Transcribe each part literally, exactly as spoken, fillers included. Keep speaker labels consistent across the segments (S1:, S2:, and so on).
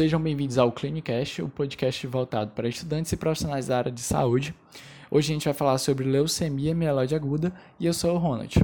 S1: Sejam bem-vindos ao Clinicast, o podcast voltado para estudantes e profissionais da área de saúde. Hoje a gente vai falar sobre leucemia mieloide aguda e eu sou o Ronald.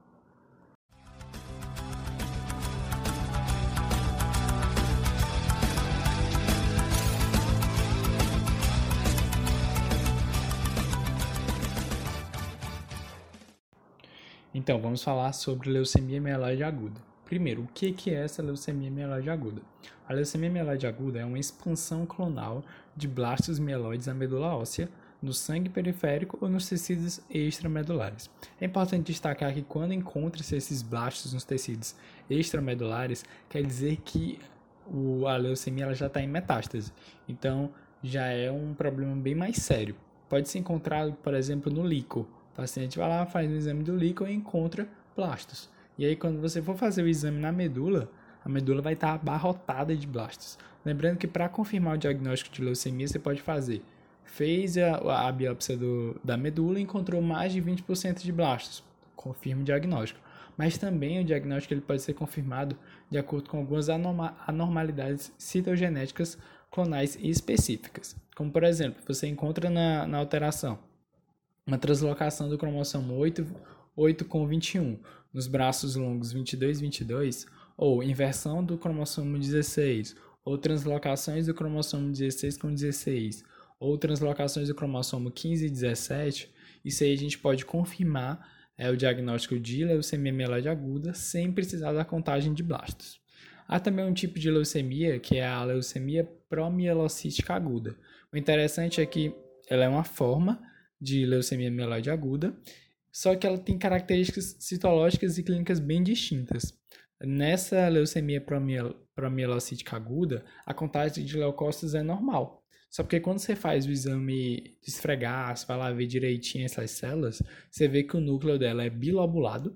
S1: Então, vamos falar sobre leucemia mieloide aguda. Primeiro, o que é essa leucemia mieloide aguda? A leucemia mieloide aguda é uma expansão clonal de blastos mieloides na medula óssea, no sangue periférico ou nos tecidos extramedulares. É importante destacar que quando encontra-se esses blastos nos tecidos extramedulares, quer dizer que o, a leucemia ela já está em metástase. Então, já é um problema bem mais sério. Pode ser encontrado, por exemplo, no líquor. O paciente vai lá, faz um exame do líquor e encontra blastos. E aí, quando você for fazer o exame na medula, a medula vai estar abarrotada de blastos. Lembrando que para confirmar o diagnóstico de leucemia, você pode fazer. Fez a, a biópsia do, da medula e encontrou mais de vinte por cento de blastos. Confirma o diagnóstico. Mas também o diagnóstico ele pode ser confirmado de acordo com algumas anorma, anormalidades citogenéticas clonais específicas. Como, por exemplo, você encontra na, na alteração uma translocação do cromossomo oito, oito com vinte e um nos braços longos vinte e dois, vinte e dois, ou inversão do cromossomo dezesseis, ou translocações do cromossomo dezesseis com dezesseis, ou translocações do cromossomo quinze e dezessete, isso aí a gente pode confirmar é, o diagnóstico de leucemia mieloide aguda sem precisar da contagem de blastos. Há também um tipo de leucemia que é a leucemia promielocítica aguda. O interessante é que ela é uma forma de leucemia mieloide aguda, só que ela tem características citológicas e clínicas bem distintas. Nessa leucemia promiel, promielocítica aguda, a contagem de leucócitos é normal. Só porque quando você faz o exame de esfregar, você vai lá ver direitinho essas células, você vê que o núcleo dela é bilobulado,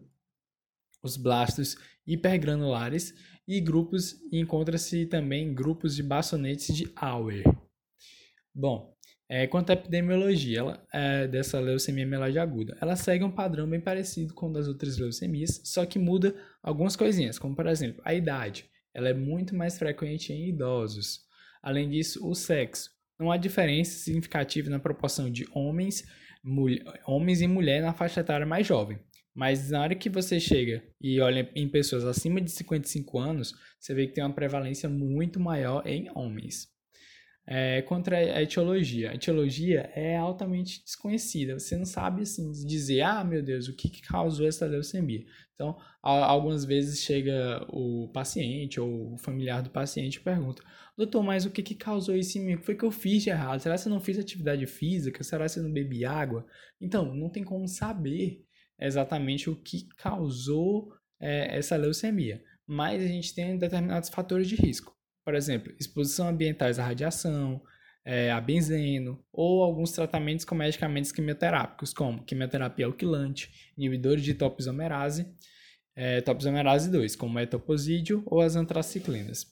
S1: os blastos hipergranulares e grupos, e encontra-se também grupos de bastonetes de Auer. Bom, É, quanto à epidemiologia ela, é, dessa leucemia mieloide aguda, ela segue um padrão bem parecido com o das outras leucemias, só que muda algumas coisinhas, como por exemplo, a idade. Ela é muito mais frequente em idosos. Além disso, o sexo. Não há diferença significativa na proporção de homens, mulher, homens e mulher na faixa etária mais jovem. Mas na hora que você chega e olha em pessoas acima de cinquenta e cinco anos, você vê que tem uma prevalência muito maior em homens. É, contra a etiologia. A etiologia é altamente desconhecida. Você não sabe assim, dizer, ah, meu Deus, o que, que causou essa leucemia? Então, algumas vezes chega o paciente ou o familiar do paciente e pergunta, doutor, mas o que, que causou isso em mim? O que foi que eu fiz de errado? Será que eu não fiz atividade física? Será que eu não bebi água? Então, não tem como saber exatamente o que causou é, essa leucemia. Mas a gente tem determinados fatores de risco. Por exemplo, exposição ambientais à radiação, é, a benzeno, ou alguns tratamentos com medicamentos quimioterápicos, como quimioterapia alquilante, inibidores de topoisomerase, é, topoisomerase dois, como etoposídeo ou as antraciclinas.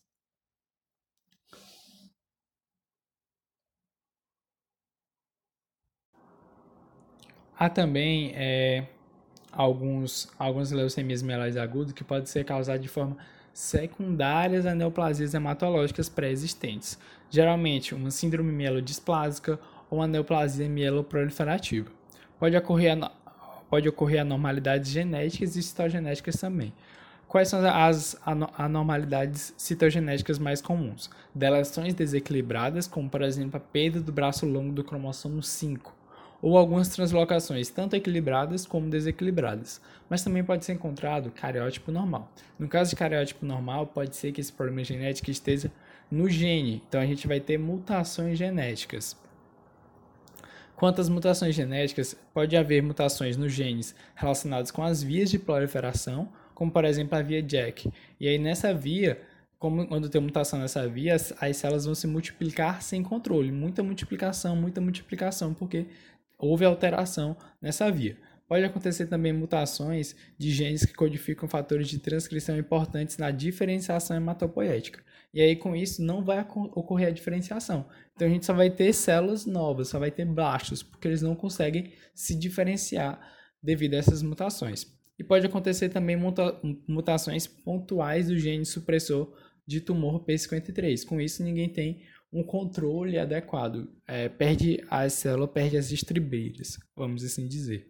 S1: Há também é, alguns, algumas leucemias mieloides agudas que podem ser causadas de forma secundárias a neoplasias hematológicas pré-existentes, geralmente uma síndrome mielodisplásica ou uma neoplasia mieloproliferativa. Pode ocorrer, pode ocorrer anormalidades genéticas e citogenéticas também. Quais são as anormalidades citogenéticas mais comuns? Deleções desequilibradas, como por exemplo a perda do braço longo do cromossomo cinco, ou algumas translocações, tanto equilibradas como desequilibradas. Mas também pode ser encontrado cariótipo normal. No caso de cariótipo normal, pode ser que esse problema genético esteja no gene. Então, a gente vai ter mutações genéticas. Quanto às mutações genéticas, pode haver mutações nos genes relacionadas com as vias de proliferação, como, por exemplo, a via Jack. E aí, nessa via, como quando tem mutação nessa via, as, as células vão se multiplicar sem controle. Muita multiplicação, muita multiplicação, porque houve alteração nessa via. Pode acontecer também mutações de genes que codificam fatores de transcrição importantes na diferenciação hematopoética. E aí, com isso, não vai ocorrer a diferenciação. Então, a gente só vai ter células novas, só vai ter blastos, porque eles não conseguem se diferenciar devido a essas mutações. E pode acontecer também muta- mutações pontuais do gene supressor de tumor P cinquenta e três. Com isso, ninguém tem um controle adequado. É, perde a célula, perde as estribeiras, vamos assim dizer.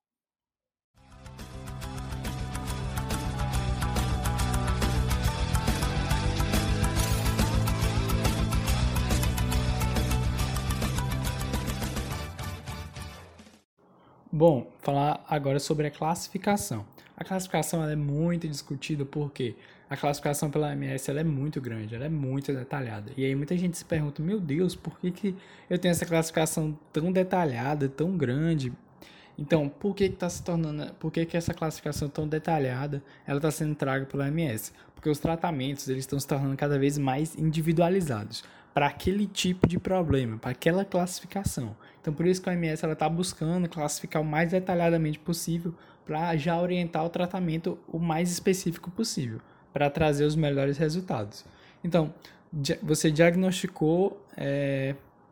S1: Bom, falar agora sobre a classificação. A classificação ela é muito discutida porque a classificação pela O M S ela é muito grande, ela é muito detalhada. E aí muita gente se pergunta, meu Deus, por que, que eu tenho essa classificação tão detalhada, tão grande? Então, por que está se tornando, por que, que essa classificação tão detalhada ela está sendo traga pela O M S? Porque os tratamentos eles estão se tornando cada vez mais individualizados para aquele tipo de problema, para aquela classificação. Então, por isso que a O M S está buscando classificar o mais detalhadamente possível para já orientar o tratamento o mais específico possível, para trazer os melhores resultados. Então, você diagnosticou é,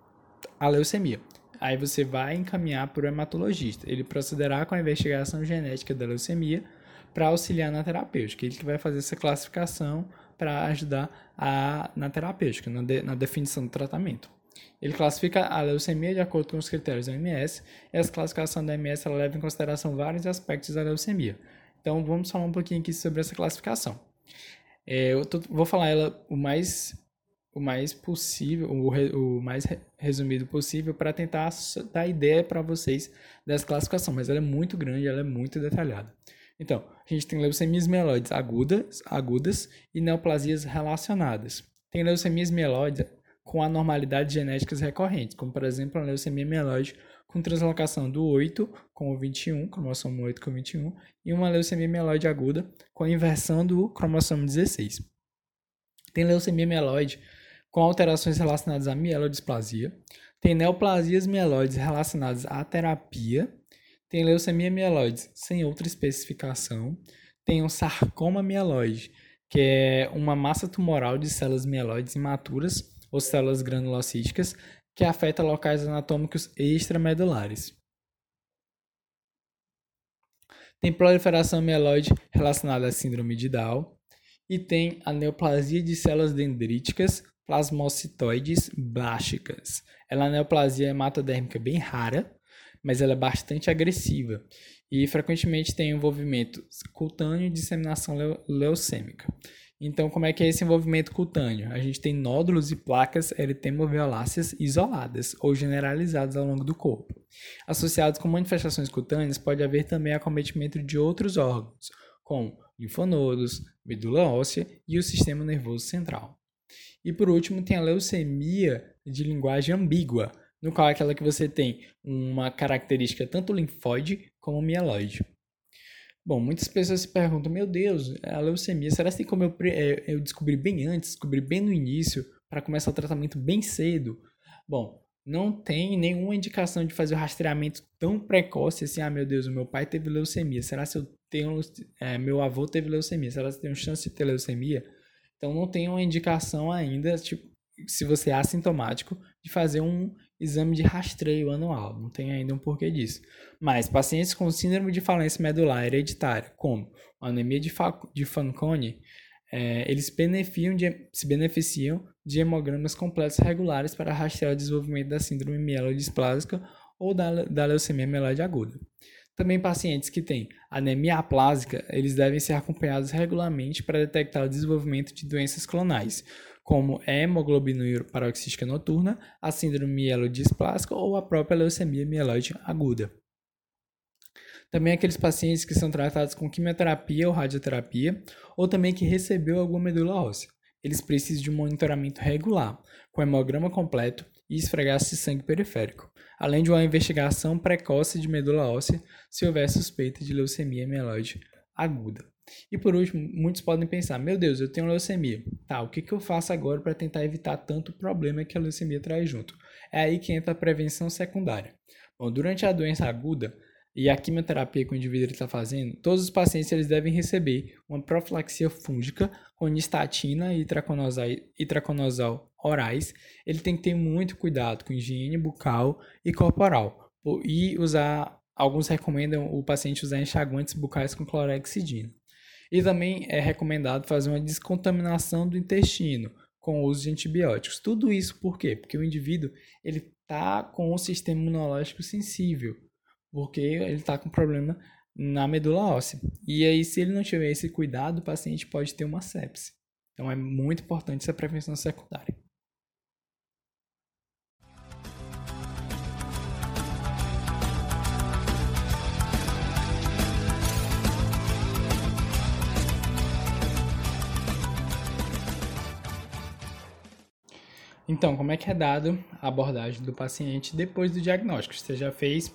S1: a leucemia. Aí você vai encaminhar para o hematologista. Ele procederá com a investigação genética da leucemia para auxiliar na terapêutica. Ele que vai fazer essa classificação para ajudar a, na terapêutica, na, de, na definição do tratamento. Ele classifica a leucemia de acordo com os critérios da O M S, e essa classificação da O M S ela leva em consideração vários aspectos da leucemia. Então, vamos falar um pouquinho aqui sobre essa classificação. É, eu tô, vou falar ela o mais, o mais possível, o, re, o mais resumido possível, para tentar dar ideia para vocês dessa classificação, mas ela é muito grande, ela é muito detalhada. Então, a gente tem leucemias mieloides agudas, agudas e neoplasias relacionadas. Tem leucemias mieloides com anormalidades genéticas recorrentes, como por exemplo a leucemia mieloide com translocação do oito com o vinte e um, cromossomo oito com o vinte e um, e uma leucemia mieloide aguda com a inversão do cromossomo dezesseis. Tem leucemia mieloide com alterações relacionadas à mielodisplasia. Tem neoplasias mieloides relacionadas à terapia. Tem leucemia mieloide sem outra especificação. Tem um sarcoma mieloide, que é uma massa tumoral de células mieloides imaturas ou células granulocíticas que afeta locais anatômicos extramedulares. Tem proliferação mieloide relacionada à síndrome de Down. E tem a neoplasia de células dendríticas plasmocitoides blásticas. Ela é uma neoplasia hematodérmica bem rara, mas ela é bastante agressiva e frequentemente tem envolvimento cutâneo e disseminação leucêmica. Então, como é que é esse envolvimento cutâneo? A gente tem nódulos e placas eritemovioláceas isoladas ou generalizadas ao longo do corpo. Associados com manifestações cutâneas, pode haver também acometimento de outros órgãos, como linfonodos, medula óssea e o sistema nervoso central. E por último, tem a leucemia de linguagem ambígua, no qual é aquela que você tem uma característica tanto linfóide como mieloide. Bom, muitas pessoas se perguntam, meu Deus, a leucemia, será que tem como eu, eu descobri bem antes, descobri bem no início, para começar o tratamento bem cedo? Bom, não tem nenhuma indicação de fazer o rastreamento tão precoce assim, ah, meu Deus, o meu pai teve leucemia, será que eu tenho, é, meu avô teve leucemia, será que eu tenho chance de ter leucemia? Então, não tem uma indicação ainda, tipo, se você é assintomático, de fazer um exame de rastreio anual. Não tem ainda um porquê disso. Mas pacientes com síndrome de falência medular hereditária, como anemia de, de Fanconi, é, eles beneficiam de, se beneficiam de hemogramas completos regulares para rastrear o desenvolvimento da síndrome mielodisplásica ou da, da leucemia mieloide aguda. Também pacientes que têm anemia aplásica, eles devem ser acompanhados regularmente para detectar o desenvolvimento de doenças clonais, como a hemoglobinúria paroxística noturna, a síndrome mielodisplásica ou a própria leucemia mieloide aguda. Também aqueles pacientes que são tratados com quimioterapia ou radioterapia, ou também que recebeu alguma medula óssea. Eles precisam de um monitoramento regular, com hemograma completo e esfregaço de sangue periférico, além de uma investigação precoce de medula óssea se houver suspeita de leucemia mieloide aguda. E por último, muitos podem pensar, meu Deus, eu tenho leucemia. Tá, o que, que eu faço agora para tentar evitar tanto problema que a leucemia traz junto? É aí que entra a prevenção secundária. Bom, durante a doença aguda e a quimioterapia que o indivíduo está fazendo, todos os pacientes eles devem receber uma profilaxia fúngica com nistatina e itraconazol, itraconazol orais. Ele tem que ter muito cuidado com higiene bucal e corporal. E usar, alguns recomendam o paciente usar enxaguantes bucais com clorexidina. E também é recomendado fazer uma descontaminação do intestino com o uso de antibióticos. Tudo isso por quê? Porque o indivíduo ele está com o sistema imunológico sensível, porque ele está com problema na medula óssea. E aí, se ele não tiver esse cuidado, o paciente pode ter uma sepse. Então, é muito importante essa prevenção secundária. Então, como é que é dado a abordagem do paciente depois do diagnóstico? Você já fez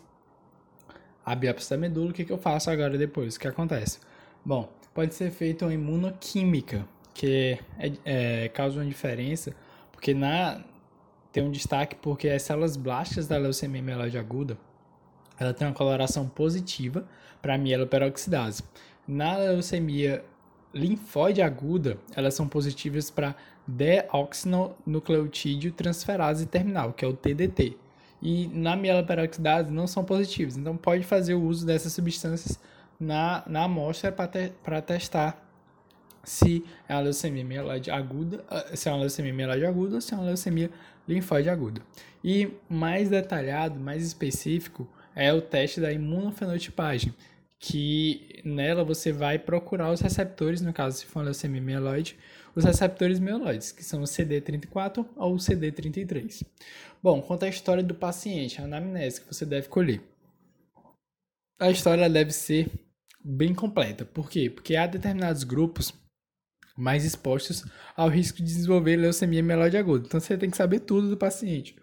S1: a biópsia da medula, o que, que eu faço agora depois? O que acontece? Bom, pode ser feita uma imunoquímica, que é, é, causa uma diferença, porque na, tem um destaque porque as células blásticas da leucemia mieloide aguda, ela tem uma coloração positiva para a mieloperoxidase. Na leucemia linfóide aguda, elas são positivas para deoxinucleotídeo transferase terminal, que é o T D T. E na mieloperoxidase não são positivos. Então, pode fazer o uso dessas substâncias na, na amostra para te, testar se é uma leucemia mieloide aguda, se é uma leucemia mieloide aguda ou se é uma leucemia linfóide aguda. E mais detalhado, mais específico, é o teste da imunofenotipagem, que nela você vai procurar os receptores, no caso se for uma leucemia mieloide, os receptores mieloides, que são o C D trinta e quatro ou o C D trinta e três. Bom, conta a história do paciente, a anamnese que você deve colher. A história deve ser bem completa. Por quê? Porque há determinados grupos mais expostos ao risco de desenvolver leucemia mieloide aguda. Então você tem que saber tudo do paciente.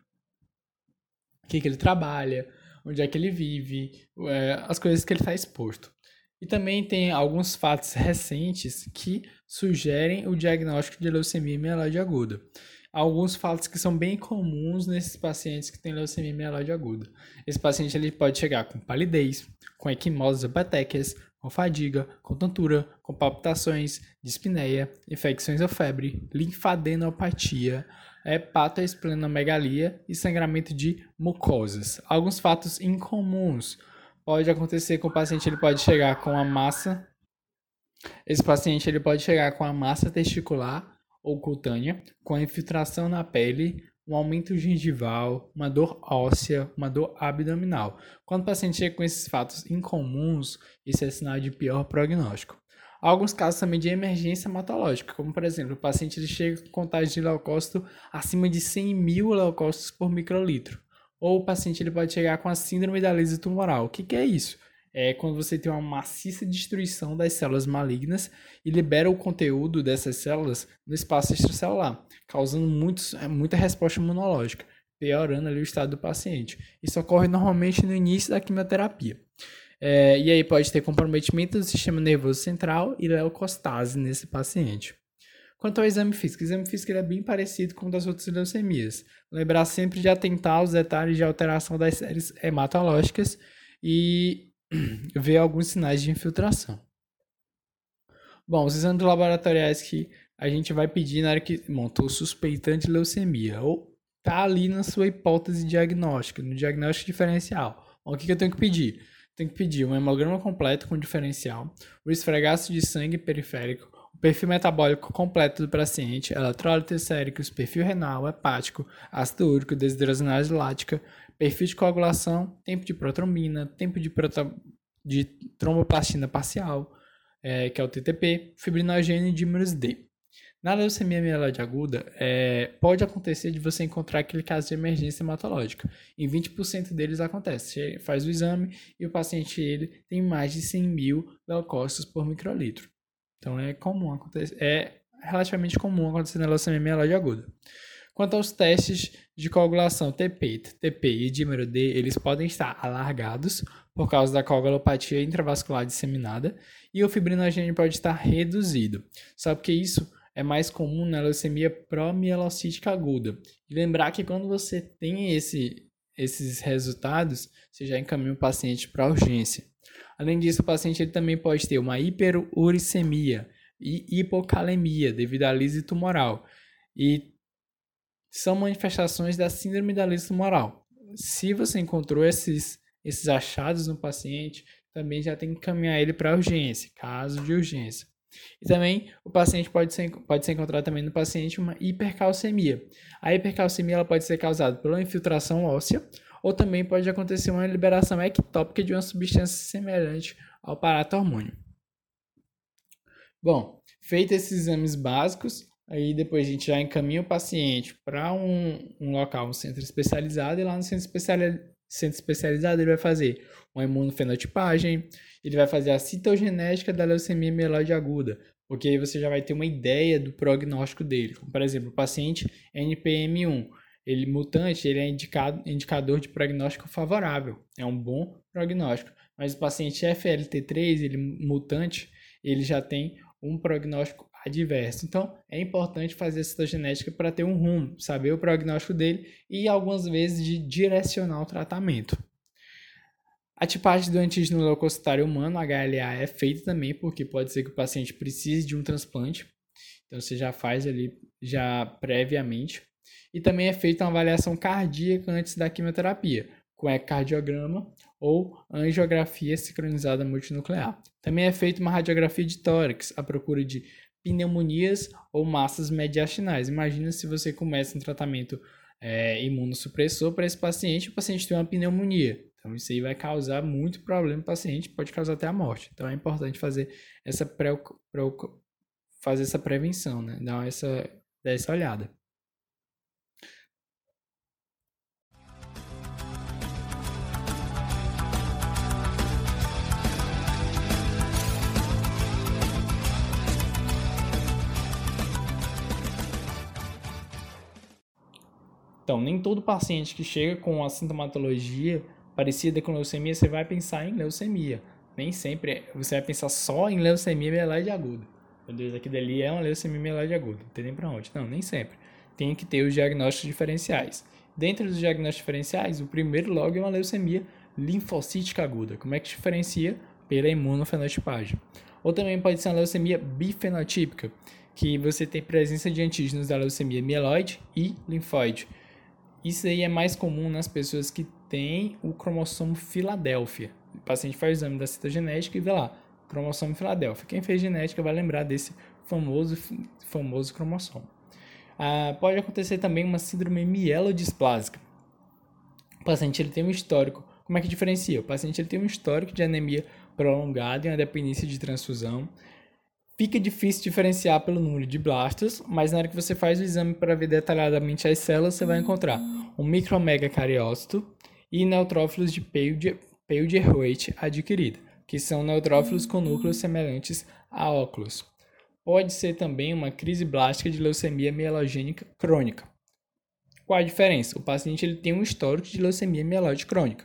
S1: O que, que ele trabalha, onde é que ele vive, é, as coisas que ele está exposto. E também tem alguns fatos recentes que sugerem o diagnóstico de leucemia mieloide aguda. Alguns fatos que são bem comuns nesses pacientes que têm leucemia mieloide aguda. Esse paciente ele pode chegar com palidez, com equimoses ou petequias, com fadiga, com tontura, com palpitações, dispneia, infecções ou febre, linfadenopatia, hepatoesplenomegalia e sangramento de mucosas. Alguns fatos incomuns. Pode acontecer com o paciente, ele pode chegar com a massa, esse paciente ele pode chegar com a massa testicular ou cutânea, com a infiltração na pele, um aumento gengival, uma dor óssea, uma dor abdominal. Quando o paciente chega com esses fatos incomuns, isso é sinal de pior prognóstico. Há alguns casos também de emergência hematológica, como por exemplo, o paciente ele chega com contagem de leucócito acima de cem mil leucócitos por microlitro. Ou o paciente ele pode chegar com a síndrome da lise tumoral. O que, que é isso? É quando você tem uma maciça destruição das células malignas e libera o conteúdo dessas células no espaço extracelular, causando muitos, muita resposta imunológica, piorando ali o estado do paciente. Isso ocorre normalmente no início da quimioterapia. É, e aí pode ter comprometimento do sistema nervoso central e leucostase nesse paciente. Quanto ao exame físico, o exame físico ele é bem parecido com o das outras leucemias. Lembrar sempre de atentar aos detalhes de alteração das séries hematológicas e ver alguns sinais de infiltração. Bom, os exames laboratoriais que a gente vai pedir na hora que, bom, estou suspeitando de leucemia ou tá ali na sua hipótese diagnóstica, no diagnóstico diferencial. Bom, o que, que eu tenho que pedir? Tenho que pedir um hemograma completo com diferencial, o esfregaço de sangue periférico, o perfil metabólico completo do paciente, eletrólitos séricos, perfil renal, hepático, ácido úrico, desidrogenase lática, perfil de coagulação, tempo de protrombina, tempo de, proto... de tromboplastina parcial, é, que é o T T P, fibrinogênio e dímeros D. Na leucemia mieloide aguda, é, pode acontecer de você encontrar aquele caso de emergência hematológica. Em vinte por cento deles acontece. Você faz o exame e o paciente ele tem mais de cem mil leucócitos por microlitro. Então é comum acontecer, é relativamente comum acontecer na leucemia mieloide aguda. Quanto aos testes de coagulação T P, T P e dímero D, eles podem estar alargados por causa da coagulopatia intravascular disseminada e o fibrinogênio pode estar reduzido. Só que isso é mais comum na leucemia promielocítica aguda. E lembrar que quando você tem esse, esses resultados, você já encaminha o paciente para a urgência. Além disso, o paciente ele também pode ter uma hiperuricemia e hipocalemia devido à lise tumoral. E são manifestações da síndrome da lise tumoral. Se você encontrou esses, esses achados no paciente, também já tem que encaminhar ele para a urgência, caso de urgência. E também o paciente pode ser, pode ser encontrado também no paciente uma hipercalcemia. A hipercalcemia ela pode ser causada por uma infiltração óssea ou também pode acontecer uma liberação ectópica de uma substância semelhante ao paratormônio. Bom, feitos esses exames básicos, aí depois a gente já encaminha o paciente para um, um local, um centro especializado, e lá no centro, especiali- centro especializado ele vai fazer uma imunofenotipagem, ele vai fazer a citogenética da leucemia mieloide aguda, porque aí você já vai ter uma ideia do prognóstico dele. Como, por exemplo, o paciente N P M um, ele mutante, ele é indicado, indicador de prognóstico favorável, é um bom prognóstico. Mas o paciente F L T três, ele mutante, ele já tem um prognóstico adverso. Então, é importante fazer a citogenética para ter um rumo, saber o prognóstico dele e algumas vezes de direcionar o tratamento. A tipagem do antígeno leucocitário humano, H L A, é feita também porque pode ser que o paciente precise de um transplante. Então, você já faz ali já previamente. E também é feita uma avaliação cardíaca antes da quimioterapia, com ecocardiograma ou angiografia sincronizada multinuclear. Também é feita uma radiografia de tórax à procura de pneumonias ou massas mediastinais. Imagina se você começa um tratamento é, imunossupressor para esse paciente, o paciente tem uma pneumonia. Então, isso aí vai causar muito problema para o paciente, pode causar até a morte. Então, é importante fazer essa, pré, pré, fazer essa prevenção, né? Dar essa, dar essa olhada. Então, nem todo paciente que chega com a sintomatologia parecida com leucemia, você vai pensar em leucemia. Nem sempre você vai pensar só em leucemia mieloide aguda. Meu Deus, aqui dali é uma leucemia mieloide aguda. Não tem nem pra onde. Não, nem sempre. Tem que ter os diagnósticos diferenciais. Dentro dos diagnósticos diferenciais, o primeiro logo é uma leucemia linfocítica aguda. Como é que diferencia? Pela imunofenotipagem. Ou também pode ser uma leucemia bifenotípica, que você tem presença de antígenos da leucemia mieloide e linfóide. Isso aí é mais comum nas pessoas que têm o cromossomo Filadélfia. O paciente faz o exame da citogenética e vê lá, cromossomo Filadélfia. Quem fez genética vai lembrar desse famoso, famoso cromossomo. Ah, pode acontecer também uma síndrome mielodisplásica. O paciente ele tem um histórico. Como é que diferencia? O paciente ele tem um histórico de anemia prolongada e uma dependência de transfusão. Fica difícil diferenciar pelo número de blastos, mas na hora que você faz o exame para ver detalhadamente as células, você vai encontrar um micromegacariócito e neutrófilos de Pale-de-Hoyt adquirida, que são neutrófilos com núcleos semelhantes a óculos. Pode ser também uma crise blástica de leucemia mielogênica crônica. Qual a diferença? O paciente ele tem um histórico de leucemia mieloide crônica.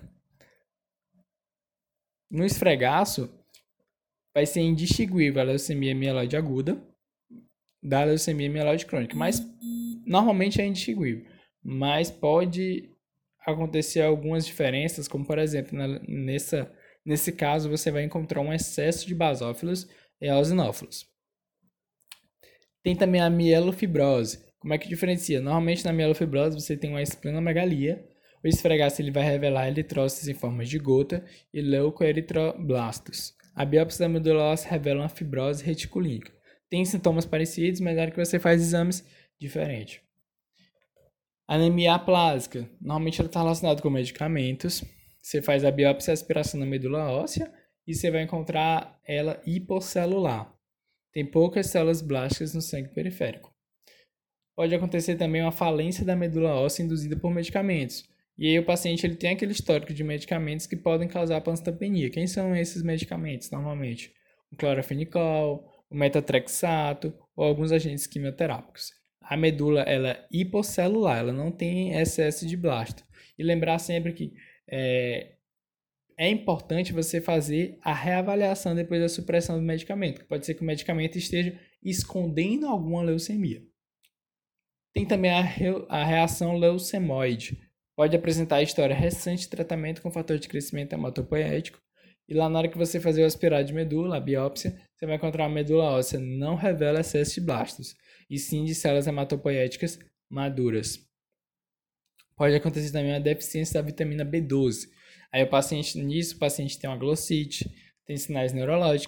S1: No esfregaço, vai ser indistinguível a leucemia mieloide aguda da leucemia mieloide crônica, mas normalmente é indistinguível, mas pode acontecer algumas diferenças, como por exemplo, na, nessa, nesse caso você vai encontrar um excesso de basófilos e eosinófilos. Tem também a mielofibrose. Como é que diferencia? Normalmente na mielofibrose você tem uma esplenomegalia. O esfregaço ele vai revelar eritrócitos em forma de gota e leucoeritroblastos. A biópsia da medula óssea revela uma fibrose reticulínica. Tem sintomas parecidos, mas na hora que você faz exames, diferente. Anemia aplásica. Normalmente ela está relacionada com medicamentos. Você faz a biópsia e aspiração da medula óssea e você vai encontrar ela hipocelular. Tem poucas células blásticas no sangue periférico. Pode acontecer também uma falência da medula óssea induzida por medicamentos. E aí o paciente ele tem aquele histórico de medicamentos que podem causar panцitopenia. Quem são esses medicamentos normalmente? O clorofenicol, o metatrexato ou alguns agentes quimioterápicos. A medula ela é hipocelular, ela não tem excesso de blasto. E lembrar sempre que é, é importante você fazer a reavaliação depois da supressão do medicamento, que pode ser que o medicamento esteja escondendo alguma leucemia. Tem também a, re, a reação leucemoide. Pode apresentar a história recente de tratamento com fator de crescimento hematopoético. E lá na hora que você fazer o aspirado de medula, a biópsia, você vai encontrar a medula óssea não revela excesso de blastos, e sim de células hematopoéticas maduras. Pode acontecer também uma deficiência da vitamina B doze. Aí o paciente, nisso, o paciente tem uma glossite, tem sinais neurológicos,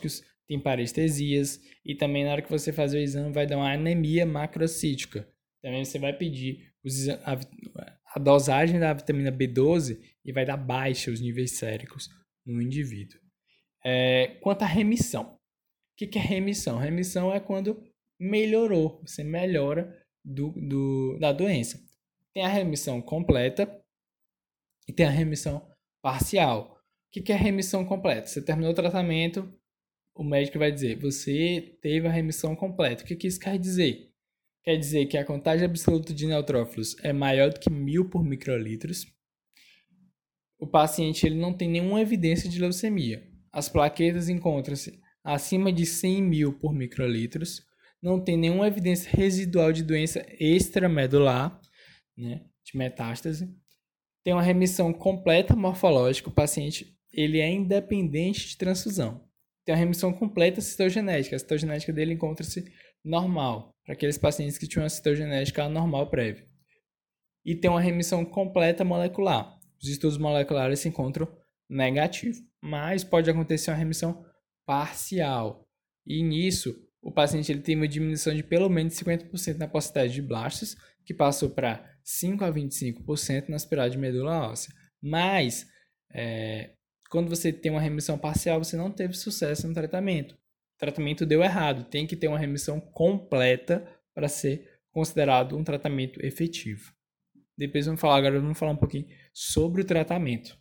S1: tem parestesias, e também na hora que você fazer o exame vai dar uma anemia macrocítica. Também você vai pedir os, a, a dosagem da vitamina B doze e vai dar baixa os níveis séricos no indivíduo. É, quanto à remissão. O que, que é remissão? Remissão é quando melhorou, você melhora do, do, da doença. Tem a remissão completa e tem a remissão parcial. O que, que é remissão completa? Você terminou o tratamento, o médico vai dizer, você teve a remissão completa. O que, que isso quer dizer? Quer dizer que a contagem absoluta de neutrófilos é maior do que mil por microlitros. O paciente ele não tem nenhuma evidência de leucemia. As plaquetas encontram-se acima de cem mil por microlitros. Não tem nenhuma evidência residual de doença extramedular, né, de metástase. Tem uma remissão completa morfológica. O paciente ele é independente de transfusão. Tem uma remissão completa citogenética. A citogenética dele encontra-se normal, para aqueles pacientes que tinham uma citogenética anormal prévia. E tem uma remissão completa molecular. Os estudos moleculares se encontram negativos, mas pode acontecer uma remissão parcial. E nisso, o paciente ele tem uma diminuição de pelo menos cinquenta por cento na porcentagem de blastos, que passou para cinco a vinte e cinco por cento na aspirada de medula óssea. Mas, é, quando você tem uma remissão parcial, você não teve sucesso no tratamento. O tratamento deu errado. Tem que ter uma remissão completa para ser considerado um tratamento efetivo. Depois vamos falar, agora vamos falar um pouquinho sobre o tratamento.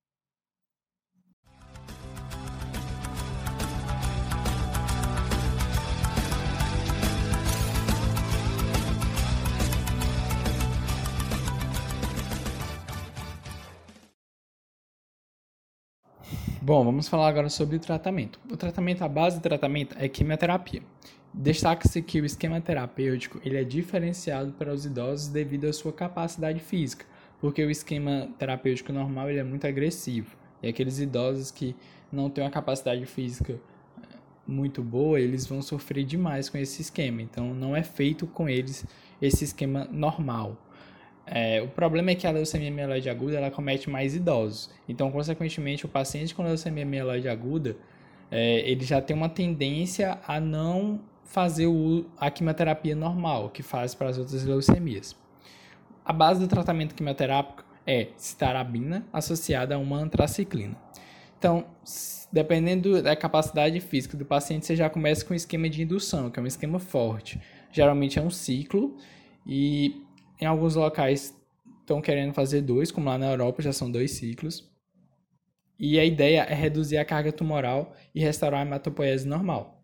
S1: Bom, vamos falar agora sobre o tratamento. O tratamento, a base do tratamento é quimioterapia. Destaca-se que o esquema terapêutico ele é diferenciado para os idosos devido à sua capacidade física, porque o esquema terapêutico normal ele é muito agressivo. E aqueles idosos que não têm uma capacidade física muito boa, eles vão sofrer demais com esse esquema. Então, não é feito com eles esse esquema normal. É, o problema é que a leucemia mieloide aguda ela comete mais idosos. Então, consequentemente, o paciente com leucemia mieloide aguda é, ele já tem uma tendência a não fazer o, a quimioterapia normal que faz para as outras leucemias. A base do tratamento quimioterápico é citarabina associada a uma antraciclina. Então, dependendo da capacidade física do paciente, você já começa com um esquema de indução, que é um esquema forte. Geralmente é um ciclo e em alguns locais estão querendo fazer dois, como lá na Europa já são dois ciclos. E a ideia é reduzir a carga tumoral e restaurar a hematopoiese normal.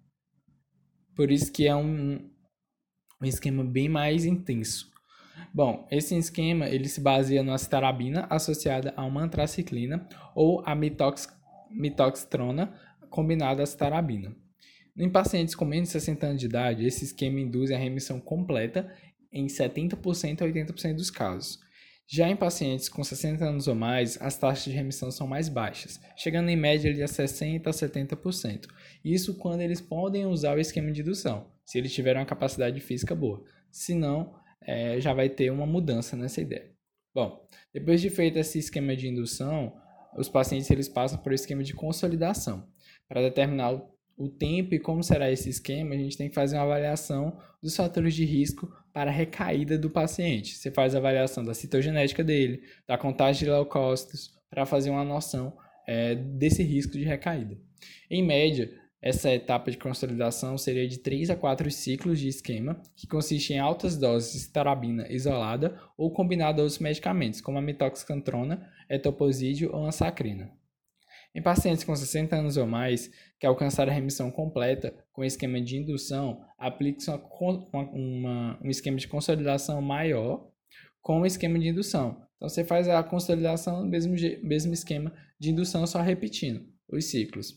S1: Por isso que é um, um esquema bem mais intenso. Bom, esse esquema ele se baseia na citarabina associada a uma antraciclina ou a mitox, mitoxtrona combinada à citarabina. Em pacientes com menos de sessenta anos de idade, esse esquema induz a remissão completa em setenta por cento a oitenta por cento dos casos. Já em pacientes com sessenta anos ou mais, as taxas de remissão são mais baixas, chegando em média de sessenta a setenta por cento. Isso quando eles podem usar o esquema de indução, se eles tiverem uma capacidade física boa. Se não, é, já vai ter uma mudança nessa ideia. Bom, depois de feito esse esquema de indução, os pacientes eles passam por um esquema de consolidação. Para determinar o o tempo e como será esse esquema, a gente tem que fazer uma avaliação dos fatores de risco para a recaída do paciente. Você faz a avaliação da citogenética dele, da contagem de leucócitos, para fazer uma noção é, desse risco de recaída. Em média, essa etapa de consolidação seria de três a quatro ciclos de esquema, que consiste em altas doses de citarabina isolada ou combinada a outros medicamentos, como a mitoxantrona, etoposídeo ou ansacrina. Em pacientes com sessenta anos ou mais que alcançaram a remissão completa com esquema de indução, aplica-se uma, uma, um esquema de consolidação maior com o esquema de indução. Então, você faz a consolidação no mesmo, mesmo esquema de indução, só repetindo os ciclos.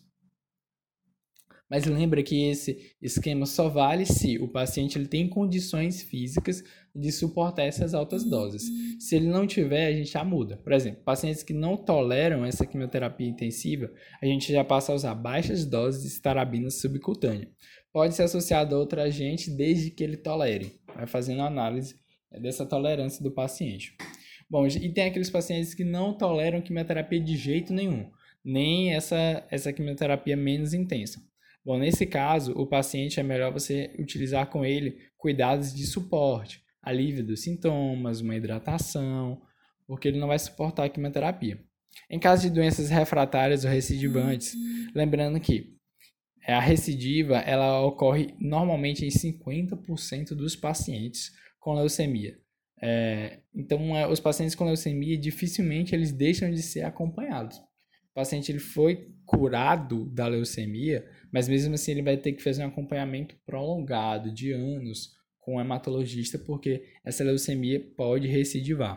S1: Mas lembra que esse esquema só vale se o paciente ele tem condições físicas de suportar essas altas doses. Se ele não tiver, a gente já muda. Por exemplo, pacientes que não toleram essa quimioterapia intensiva, a gente já passa a usar baixas doses de citarabina subcutânea. Pode ser associado a outro agente desde que ele tolere. Vai fazendo análise dessa tolerância do paciente. Bom, e tem aqueles pacientes que não toleram quimioterapia de jeito nenhum, nem essa, essa quimioterapia menos intensa. Bom, nesse caso, o paciente é melhor você utilizar com ele cuidados de suporte, alívio dos sintomas, uma hidratação, porque ele não vai suportar a quimioterapia. Em caso de doenças refratárias ou recidivantes, lembrando que a recidiva ela ocorre normalmente em cinquenta por cento dos pacientes com leucemia. É, então, é, os pacientes com leucemia dificilmente eles deixam de ser acompanhados. O paciente ele foi curado da leucemia, mas mesmo assim ele vai ter que fazer um acompanhamento prolongado de anos com o hematologista, porque essa leucemia pode recidivar.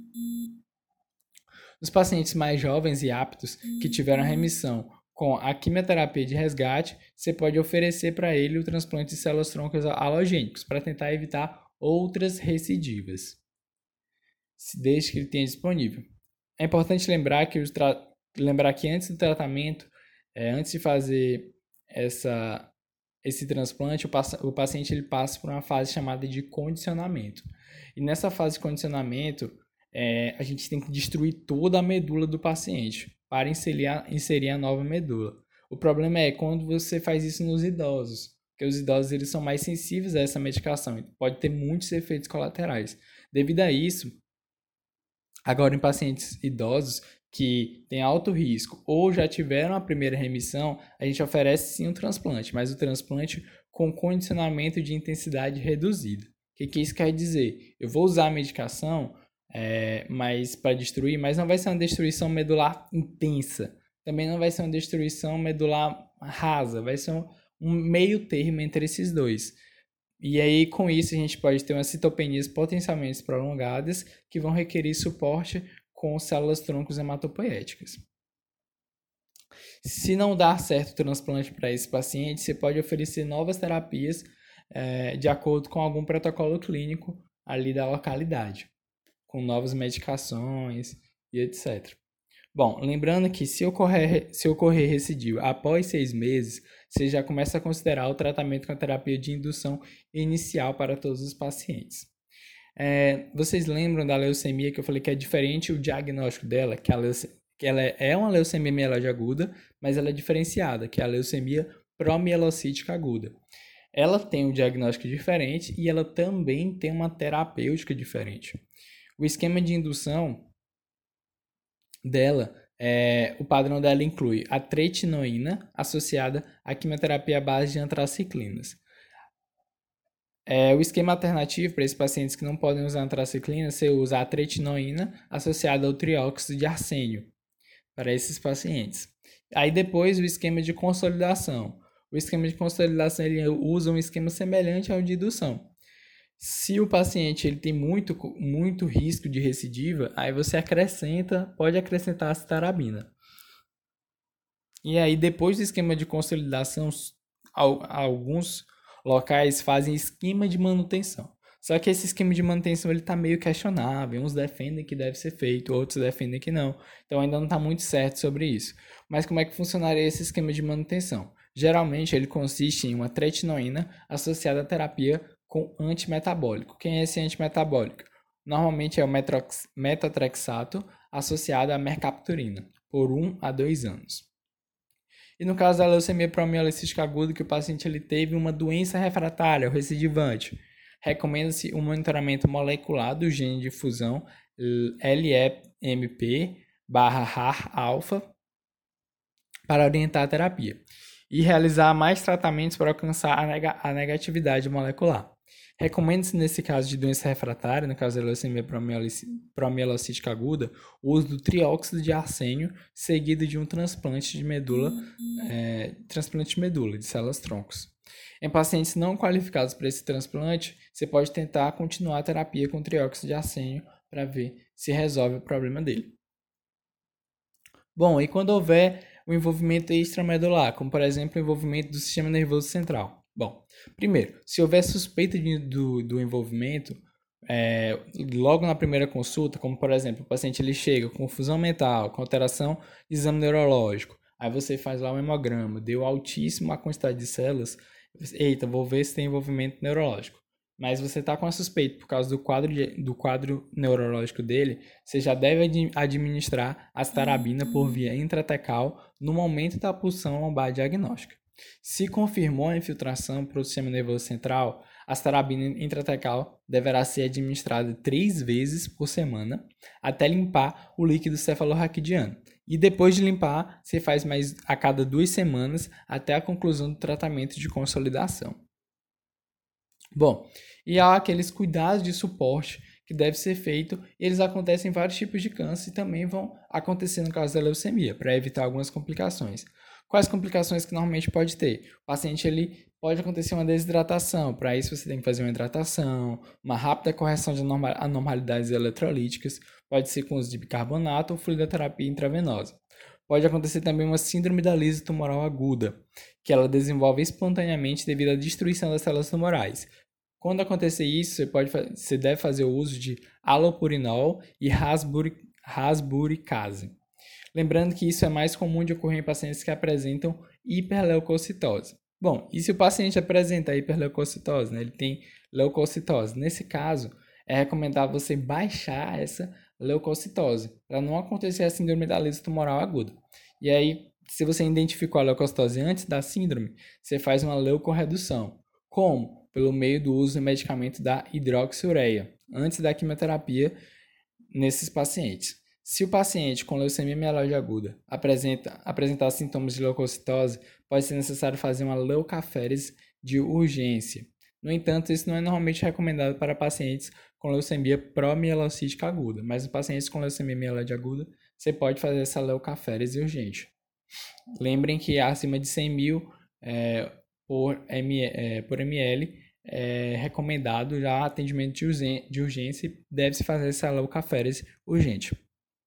S1: Os pacientes mais jovens e aptos que tiveram remissão com a quimioterapia de resgate, você pode oferecer para ele o transplante de células-troncos halogênicos para tentar evitar outras recidivas, desde que ele tenha disponível. É importante lembrar que, os tra... lembrar que antes do tratamento, é, antes de fazer essa, esse transplante, o, paci... o paciente ele passa por uma fase chamada de condicionamento. E nessa fase de condicionamento, é, a gente tem que destruir toda a medula do paciente para inserir a, inserir a nova medula. O problema é quando você faz isso nos idosos, porque os idosos eles são mais sensíveis a essa medicação, então pode ter muitos efeitos colaterais. Devido a isso, agora em pacientes idosos que têm alto risco ou já tiveram a primeira remissão, a gente oferece sim um transplante, mas o transplante com condicionamento de intensidade reduzida. O que, que isso quer dizer? Eu vou usar a medicação é, mas para destruir, mas não vai ser uma destruição medular intensa. Também não vai ser uma destruição medular rasa, vai ser um, um meio termo entre esses dois. E aí, com isso, a gente pode ter umas citopenias potencialmente prolongadas que vão requerer suporte com células-troncos hematopoéticas. Se não dar certo o transplante para esse paciente, você pode oferecer novas terapias é, de acordo com algum protocolo clínico ali da localidade, com novas medicações e etcétera. Bom, lembrando que se ocorrer, se ocorrer recidiva após seis meses, você já começa a considerar o tratamento com a terapia de indução inicial para todos os pacientes. É, vocês lembram da leucemia que eu falei que é diferente o diagnóstico dela, que, a leuce, que ela é uma leucemia mieloide aguda, mas ela é diferenciada, que é a leucemia promielocítica aguda. Ela tem um diagnóstico diferente e ela também tem uma terapêutica diferente. O esquema de indução dela, é, o padrão dela inclui a tretinoína associada à quimioterapia à base de antraciclinas. É, o esquema alternativo para esses pacientes que não podem usar antraciclina, você usa a tretinoína associada ao trióxido de arsênio para esses pacientes. Aí depois o esquema de consolidação. O esquema de consolidação ele usa um esquema semelhante ao de indução. Se o paciente ele tem muito, muito risco de recidiva, aí você acrescenta, pode acrescentar a citarabina. E aí, depois do esquema de consolidação, alguns locais fazem esquema de manutenção. Só que esse esquema de manutenção ele está meio questionável. Uns defendem que deve ser feito, outros defendem que não. Então ainda não está muito certo sobre isso. Mas como é que funcionaria esse esquema de manutenção? Geralmente ele consiste em uma tretinoína associada à terapia com antimetabólico. Quem é esse antimetabólico? Normalmente é o metotrexato associado à mercapturina, por um a dois anos. E no caso da leucemia promielocítica aguda, que o paciente ele teve uma doença refratária ou recidivante, recomenda-se o monitoramento molecular do gene de fusão L E M P barra R A R alfa para orientar a terapia e realizar mais tratamentos para alcançar a, neg- a negatividade molecular. Recomenda-se, nesse caso de doença refratária, no caso da leucemia promielocítica aguda, o uso do trióxido de arsênio seguido de um transplante de medula, é, transplante de medula, de células-troncos. Em pacientes não qualificados para esse transplante, você pode tentar continuar a terapia com trióxido de arsênio para ver se resolve o problema dele. Bom, e quando houver o envolvimento extramedular, como por exemplo o envolvimento do sistema nervoso central? Bom, primeiro, se houver suspeita de, do, do envolvimento, é, logo na primeira consulta, como por exemplo, o paciente ele chega com confusão mental, com alteração de exame neurológico, aí você faz lá o hemograma, deu altíssima quantidade de células, eita, vou ver se tem envolvimento neurológico. Mas você está com a suspeita por causa do quadro, de, do quadro neurológico dele, você já deve ad, administrar a citarabina por via intratecal no momento da pulsão lombar diagnóstica. Se confirmou a infiltração para o sistema nervoso central, a astrabina intratecal deverá ser administrada três vezes por semana até limpar o líquido cefalorraquidiano. E depois de limpar, você faz mais a cada duas semanas até a conclusão do tratamento de consolidação. Bom, e há aqueles cuidados de suporte que deve ser feito, e eles acontecem em vários tipos de câncer e também vão acontecer no caso da leucemia, para evitar algumas complicações. Quais complicações que normalmente pode ter? O paciente ele pode acontecer uma desidratação, para isso você tem que fazer uma hidratação, uma rápida correção de anormalidades eletrolíticas, pode ser com uso de bicarbonato ou fluidoterapia intravenosa. Pode acontecer também uma síndrome da lise tumoral aguda, que ela desenvolve espontaneamente devido à destruição das células tumorais. Quando acontecer isso, você, pode, você deve fazer o uso de allopurinol e rasburicase. Lembrando que isso é mais comum de ocorrer em pacientes que apresentam hiperleucocitose. Bom, e se o paciente apresenta hiperleucocitose, né, ele tem leucocitose, nesse caso, é recomendável você baixar essa leucocitose, para não acontecer a síndrome da lise tumoral aguda. E aí, se você identificou a leucocitose antes da síndrome, você faz uma leucorredução. Como? Pelo meio do uso do medicamento da hidroxiureia, antes da quimioterapia nesses pacientes. Se o paciente com leucemia mieloide aguda apresenta, apresentar sintomas de leucocitose, pode ser necessário fazer uma leucaférese de urgência. No entanto, isso não é normalmente recomendado para pacientes com leucemia promielocítica aguda, mas em pacientes com leucemia mieloide aguda, você pode fazer essa leucaférese urgente. Lembrem que acima de cem mil é, por, M, é, por ml é recomendado já atendimento de urgência e deve-se fazer essa leucaférese urgente.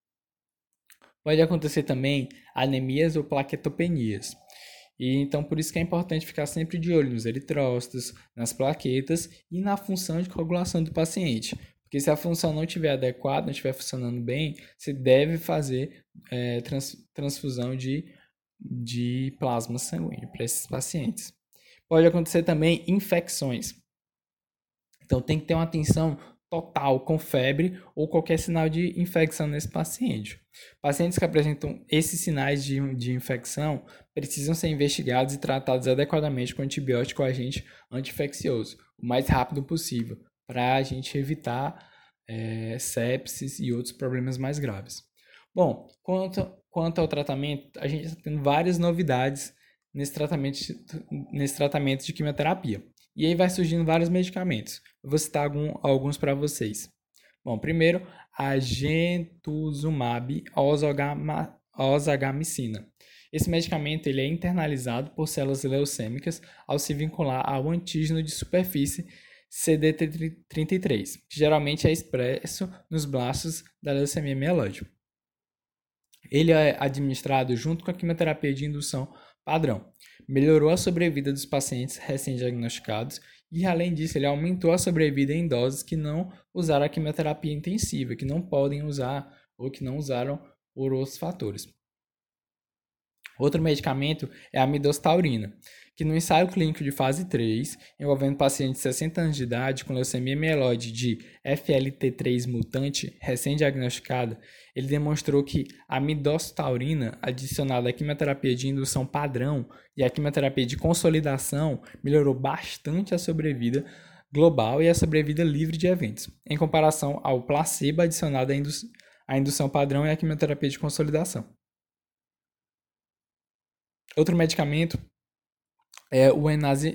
S1: Pode acontecer também anemias ou plaquetopenias. E então por isso que é importante ficar sempre de olho nos eritrócitos, nas plaquetas e na função de coagulação do paciente. Porque se a função não estiver adequada, não estiver funcionando bem, você deve fazer é, trans, transfusão de, de plasma sanguíneo para esses pacientes. Pode acontecer também infecções. Então tem que ter uma atenção total com febre ou qualquer sinal de infecção nesse paciente. Pacientes que apresentam esses sinais de, de infecção precisam ser investigados e tratados adequadamente com antibiótico ou agente anti-infeccioso, o mais rápido possível, para a gente evitar é, sepsis e outros problemas mais graves. Bom, quanto, quanto ao tratamento, a gente está tendo várias novidades nesse tratamento, nesse tratamento de quimioterapia. E aí vai surgindo vários medicamentos. Eu vou citar algum, alguns para vocês. Bom, primeiro, a gentuzumab osagamicina. Esse medicamento ele é internalizado por células leucêmicas ao se vincular ao antígeno de superfície C D trinta e três, que geralmente é expresso nos blastos da leucemia mieloide. Ele é administrado junto com a quimioterapia de indução padrão. Melhorou a sobrevida dos pacientes recém-diagnosticados e, além disso, ele aumentou a sobrevida em idosos que não usaram a quimioterapia intensiva, que não podem usar ou que não usaram por outros fatores. Outro medicamento é a midostaurina, que no ensaio clínico de fase três, envolvendo pacientes de sessenta anos de idade com leucemia mieloide de F L T três mutante recém-diagnosticada, ele demonstrou que a midostaurina adicionada à quimioterapia de indução padrão e à quimioterapia de consolidação melhorou bastante a sobrevida global e a sobrevida livre de eventos, em comparação ao placebo adicionado à, indu- à indução padrão e à quimioterapia de consolidação. Outro medicamento é o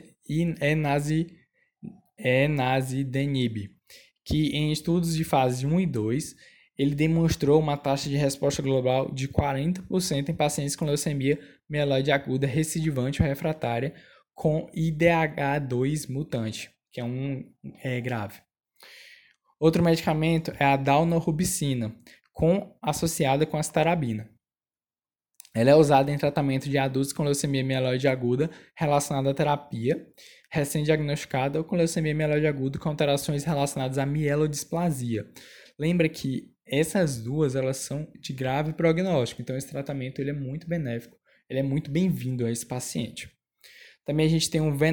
S1: enazidenib, que em estudos de fase um e dois, ele demonstrou uma taxa de resposta global de quarenta por cento em pacientes com leucemia mieloide aguda recidivante ou refratária com I D H dois mutante, que é um é, grave. Outro medicamento é a daunorubicina, com, associada com astarabina. Ela é usada em tratamento de adultos com leucemia mieloide aguda relacionada à terapia, recém-diagnosticada ou com leucemia mieloide aguda com alterações relacionadas à mielodisplasia. Lembra que essas duas elas são de grave prognóstico, então esse tratamento ele é muito benéfico, ele é muito bem-vindo a esse paciente. Também a gente tem um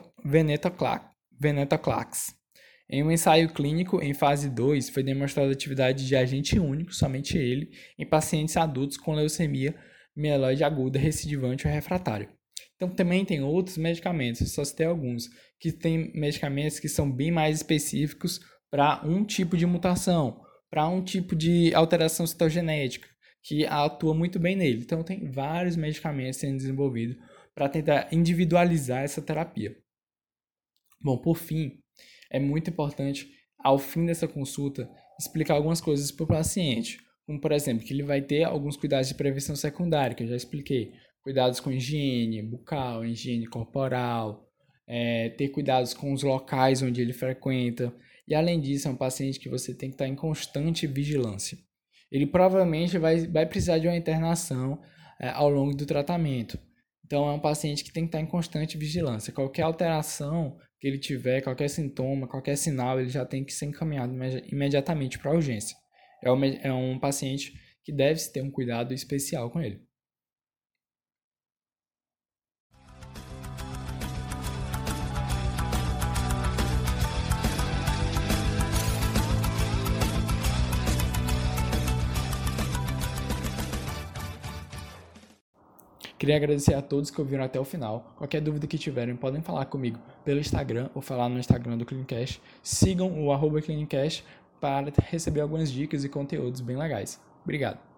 S1: venetoclax. Em um ensaio clínico em fase dois, foi demonstrada a atividade de agente único, somente ele, em pacientes adultos com leucemia mieloide aguda recidivante ou refratária. Então, também tem outros medicamentos, eu só citei alguns, que tem medicamentos que são bem mais específicos para um tipo de mutação, para um tipo de alteração citogenética, que atua muito bem nele. Então, tem vários medicamentos sendo desenvolvidos para tentar individualizar essa terapia. Bom, por fim, é muito importante, ao fim dessa consulta, explicar algumas coisas para o paciente. Como, por exemplo, que ele vai ter alguns cuidados de prevenção secundária, que eu já expliquei. Cuidados com higiene bucal, higiene corporal, é, ter cuidados com os locais onde ele frequenta. E, além disso, é um paciente que você tem que estar em constante vigilância. Ele provavelmente vai, vai precisar de uma internação é, ao longo do tratamento. Então, é um paciente que tem que estar em constante vigilância. Qualquer alteração que ele tiver, qualquer sintoma, qualquer sinal, ele já tem que ser encaminhado imediatamente para a urgência. É um, é um paciente que deve-se ter um cuidado especial com ele. Queria agradecer a todos que ouviram até o final. Qualquer dúvida que tiverem, podem falar comigo pelo Instagram ou falar no Instagram do Clinicast. Sigam o arroba Clinicast para receber algumas dicas e conteúdos bem legais. Obrigado.